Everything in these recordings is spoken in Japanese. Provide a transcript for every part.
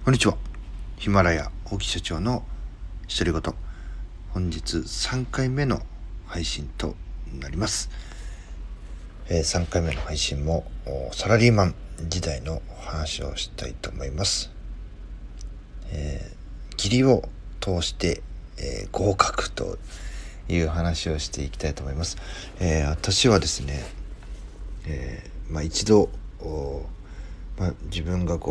こんにちは。ヒマラヤ大木社長の独り言。本日3回目の配信となります。3回目の配信もサラリーマン時代の話をしたいと思います。義理を通して、合格という話をしていきたいと思います。私はですね、一度自分が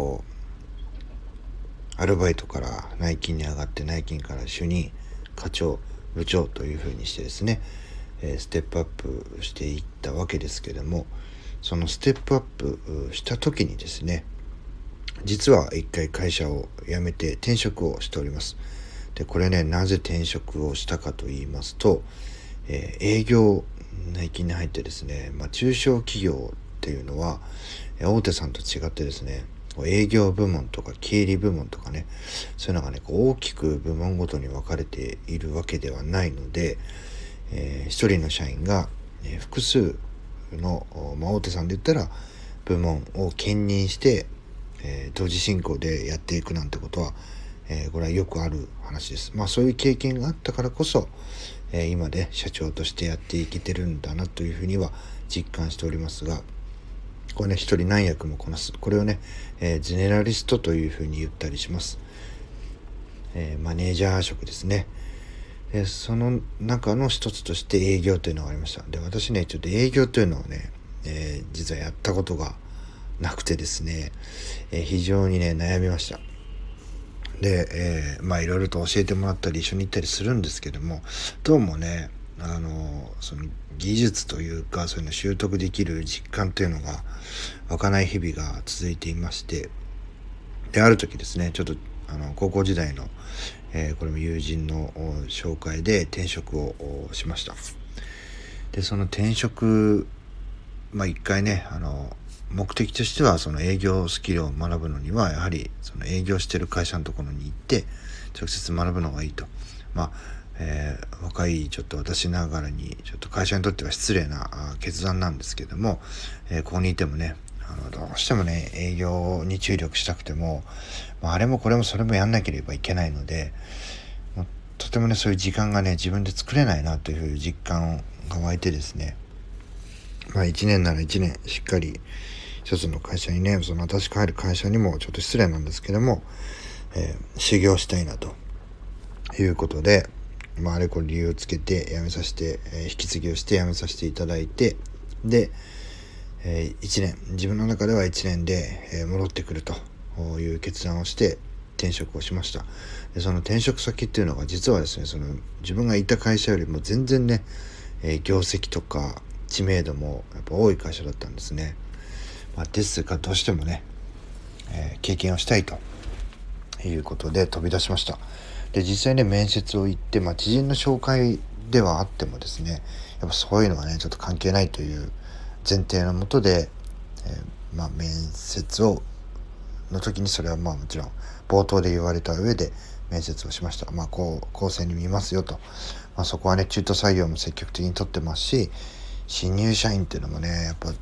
アルバイトから内勤に上がって、内勤から主任、課長、部長というふうにしてですね、ステップアップしていったわけですけども、そのステップアップした時にですね、実は一回会社を辞めて転職をしております。でこれね、なぜ転職をしたかと言いますと、営業内勤に入ってですね、中小企業っていうのは大手さんと違ってですね、営業部門とか経理部門とかね、そういうのがね大きく部門ごとに分かれているわけではないので、一人の社員が、複数の、大手さんで言ったら部門を兼任して、同時進行でやっていくなんてことは、これはよくある話です。そういう経験があったからこそ、今で社長としてやっていけてるんだなというふうには実感しておりますが、これね、一人何役もこなす、これをね、ゼネラリストというふうに言ったりします。マネージャー職ですね。その中の一つとして営業というのがありました。で、私ね、ちょっと営業というのをね、実はやったことがなくてですね、非常にね悩みました。で、いろいろと教えてもらったり一緒に行ったりするんですけども、どうもね、その技術というか、そういうの習得できる実感というのが湧かない日々が続いていまして、である時ですね、ちょっと高校時代の、これも友人の紹介で転職をしました。でその転職、一回ね、目的としてはその営業スキルを学ぶのにはやはりその営業してる会社のところに行って直接学ぶのがいいと。若いちょっと私ながらにちょっと会社にとっては失礼な決断なんですけども、ここにいてもね、どうしてもね営業に注力したくても、あれもこれもそれもやんなければいけないので、とてもねそういう時間がね自分で作れないなという実感が湧いてですね、1年なら1年しっかり一つの会社にね、その私が入る会社にもちょっと失礼なんですけども、修行したいなということで、あれこれ理由をつけて辞めさせて、引き継ぎをして辞めさせていただいて、で、1年、自分の中では1年で、戻ってくるという決断をして転職をしました。でその転職先っていうのが実はですね、その自分がいた会社よりも全然ね、業績とか知名度もやっぱ多い会社だったんですね。ですがどうしてもね、経験をしたいということで飛び出しました。で実際ね面接を行って、知人の紹介ではあってもですね、やっぱそういうのはねちょっと関係ないという前提のもとで、面接をの時にそれはもちろん冒頭で言われた上で面接をしました。公正に見ますよと。そこはね中途採用も積極的に取ってますし、新入社員っていうのもねやっぱ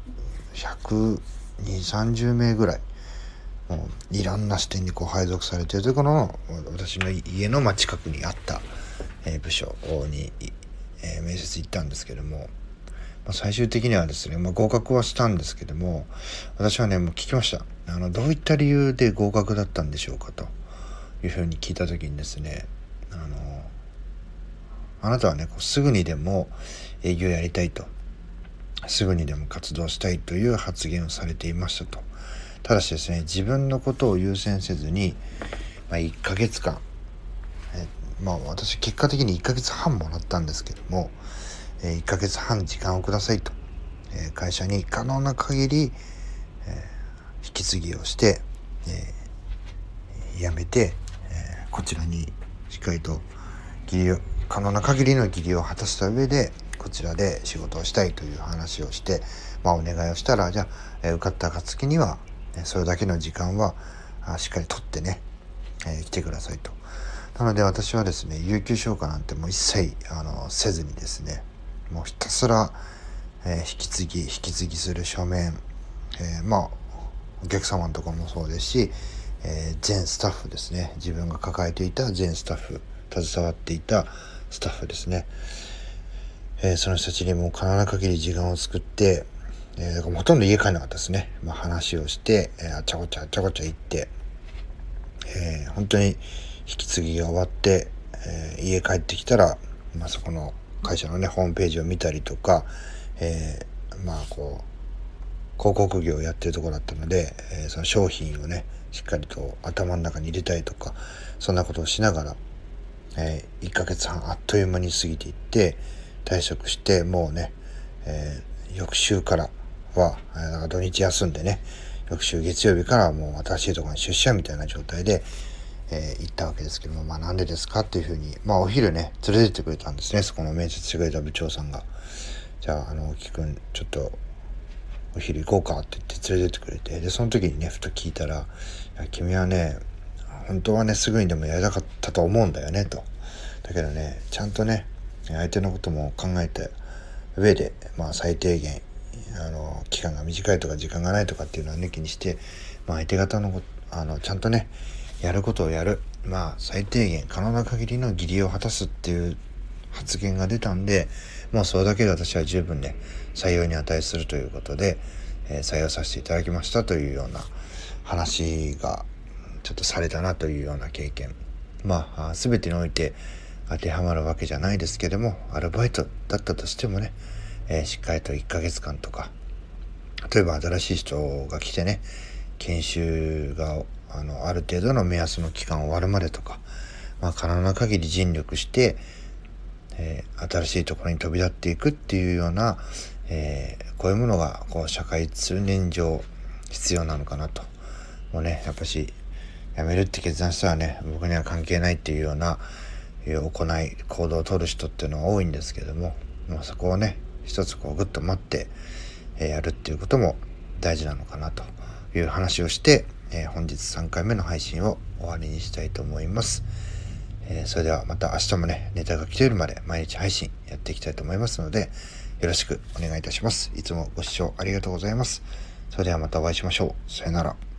120、30名ぐらい、もういろんな視点に配属されているところの私の家の近くにあった、部署に、面接行ったんですけども、最終的にはですね、合格はしたんですけども、私はねもう聞きました。どういった理由で合格だったんでしょうかというふうに聞いた時にですね、あなたはねすぐにでも営業やりたいと、すぐにでも活動したいという発言をされていましたと。ただしですね、自分のことを優先せずに、1ヶ月間、私結果的に1ヶ月半もらったんですけども、1ヶ月半時間をくださいと、会社に可能な限り、引き継ぎをして、辞めて、こちらにしっかりと可能な限りの義理を果たした上でこちらで仕事をしたいという話をして、お願いをしたら、じゃあ、受かった暁にはそれだけの時間はしっかり取ってね、来てくださいと。なので私はですね、有給消化なんてもう一切せずにですね、もうひたすら、引き継ぎする書面、お客様のところもそうですし、 全スタッフですね、自分が抱えていた全スタッフ、携わっていたスタッフですね、その人たちにも可能な限り時間を作って、だからほとんど家帰んなかったですね。話をして、あっちゃこちゃ行って、本当に引き継ぎが終わって、家帰ってきたら、そこの会社のねホームページを見たりとか、広告業をやってるところだったので、その商品をねしっかりと頭の中に入れたりとか、そんなことをしながら、1ヶ月半あっという間に過ぎていって、退職してもうね、翌週からはなんか土日休んでね、翌週月曜日からもう新しいところに出社みたいな状態で、行ったわけですけども、なんでですかっていうふうに、お昼ね連れてってくれたんですね、そこの面接してくれた部長さんが。じゃあ大木くんちょっとお昼行こうかって言って連れてってくれて、でその時にねふと聞いたら、いや君はね本当はねすぐにでもやりたかったと思うんだよねと。だけどねちゃんとね相手のことも考えて上で、最低限期間が短いとか時間がないとかっていうのは抜きにして、相手方のちゃんとねやることをやる、最低限可能な限りの義理を果たすっていう発言が出たんで、もうそれだけで私は十分ね採用に値するということで、採用させていただきましたというような話がちょっとされたなというような経験、全てにおいて当てはまるわけじゃないですけども、アルバイトだったとしてもね、しっかりと1ヶ月間とか、例えば新しい人が来てね研修がある程度の目安の期間終わるまでとか、可能な限り尽力して、新しいところに飛び立っていくっていうような、こういうものが社会通念上必要なのかなと。もうねやっぱし辞めるって決断したらね僕には関係ないっていうような行動を取る人っていうのは多いんですけども、そこをね一つグッと待って、やるっていうことも大事なのかなという話をして、本日3回目の配信を終わりにしたいと思います。それではまた明日もねネタが来ているまで毎日配信やっていきたいと思いますので、よろしくお願いいたします。いつもご視聴ありがとうございます。それではまたお会いしましょう。さよなら。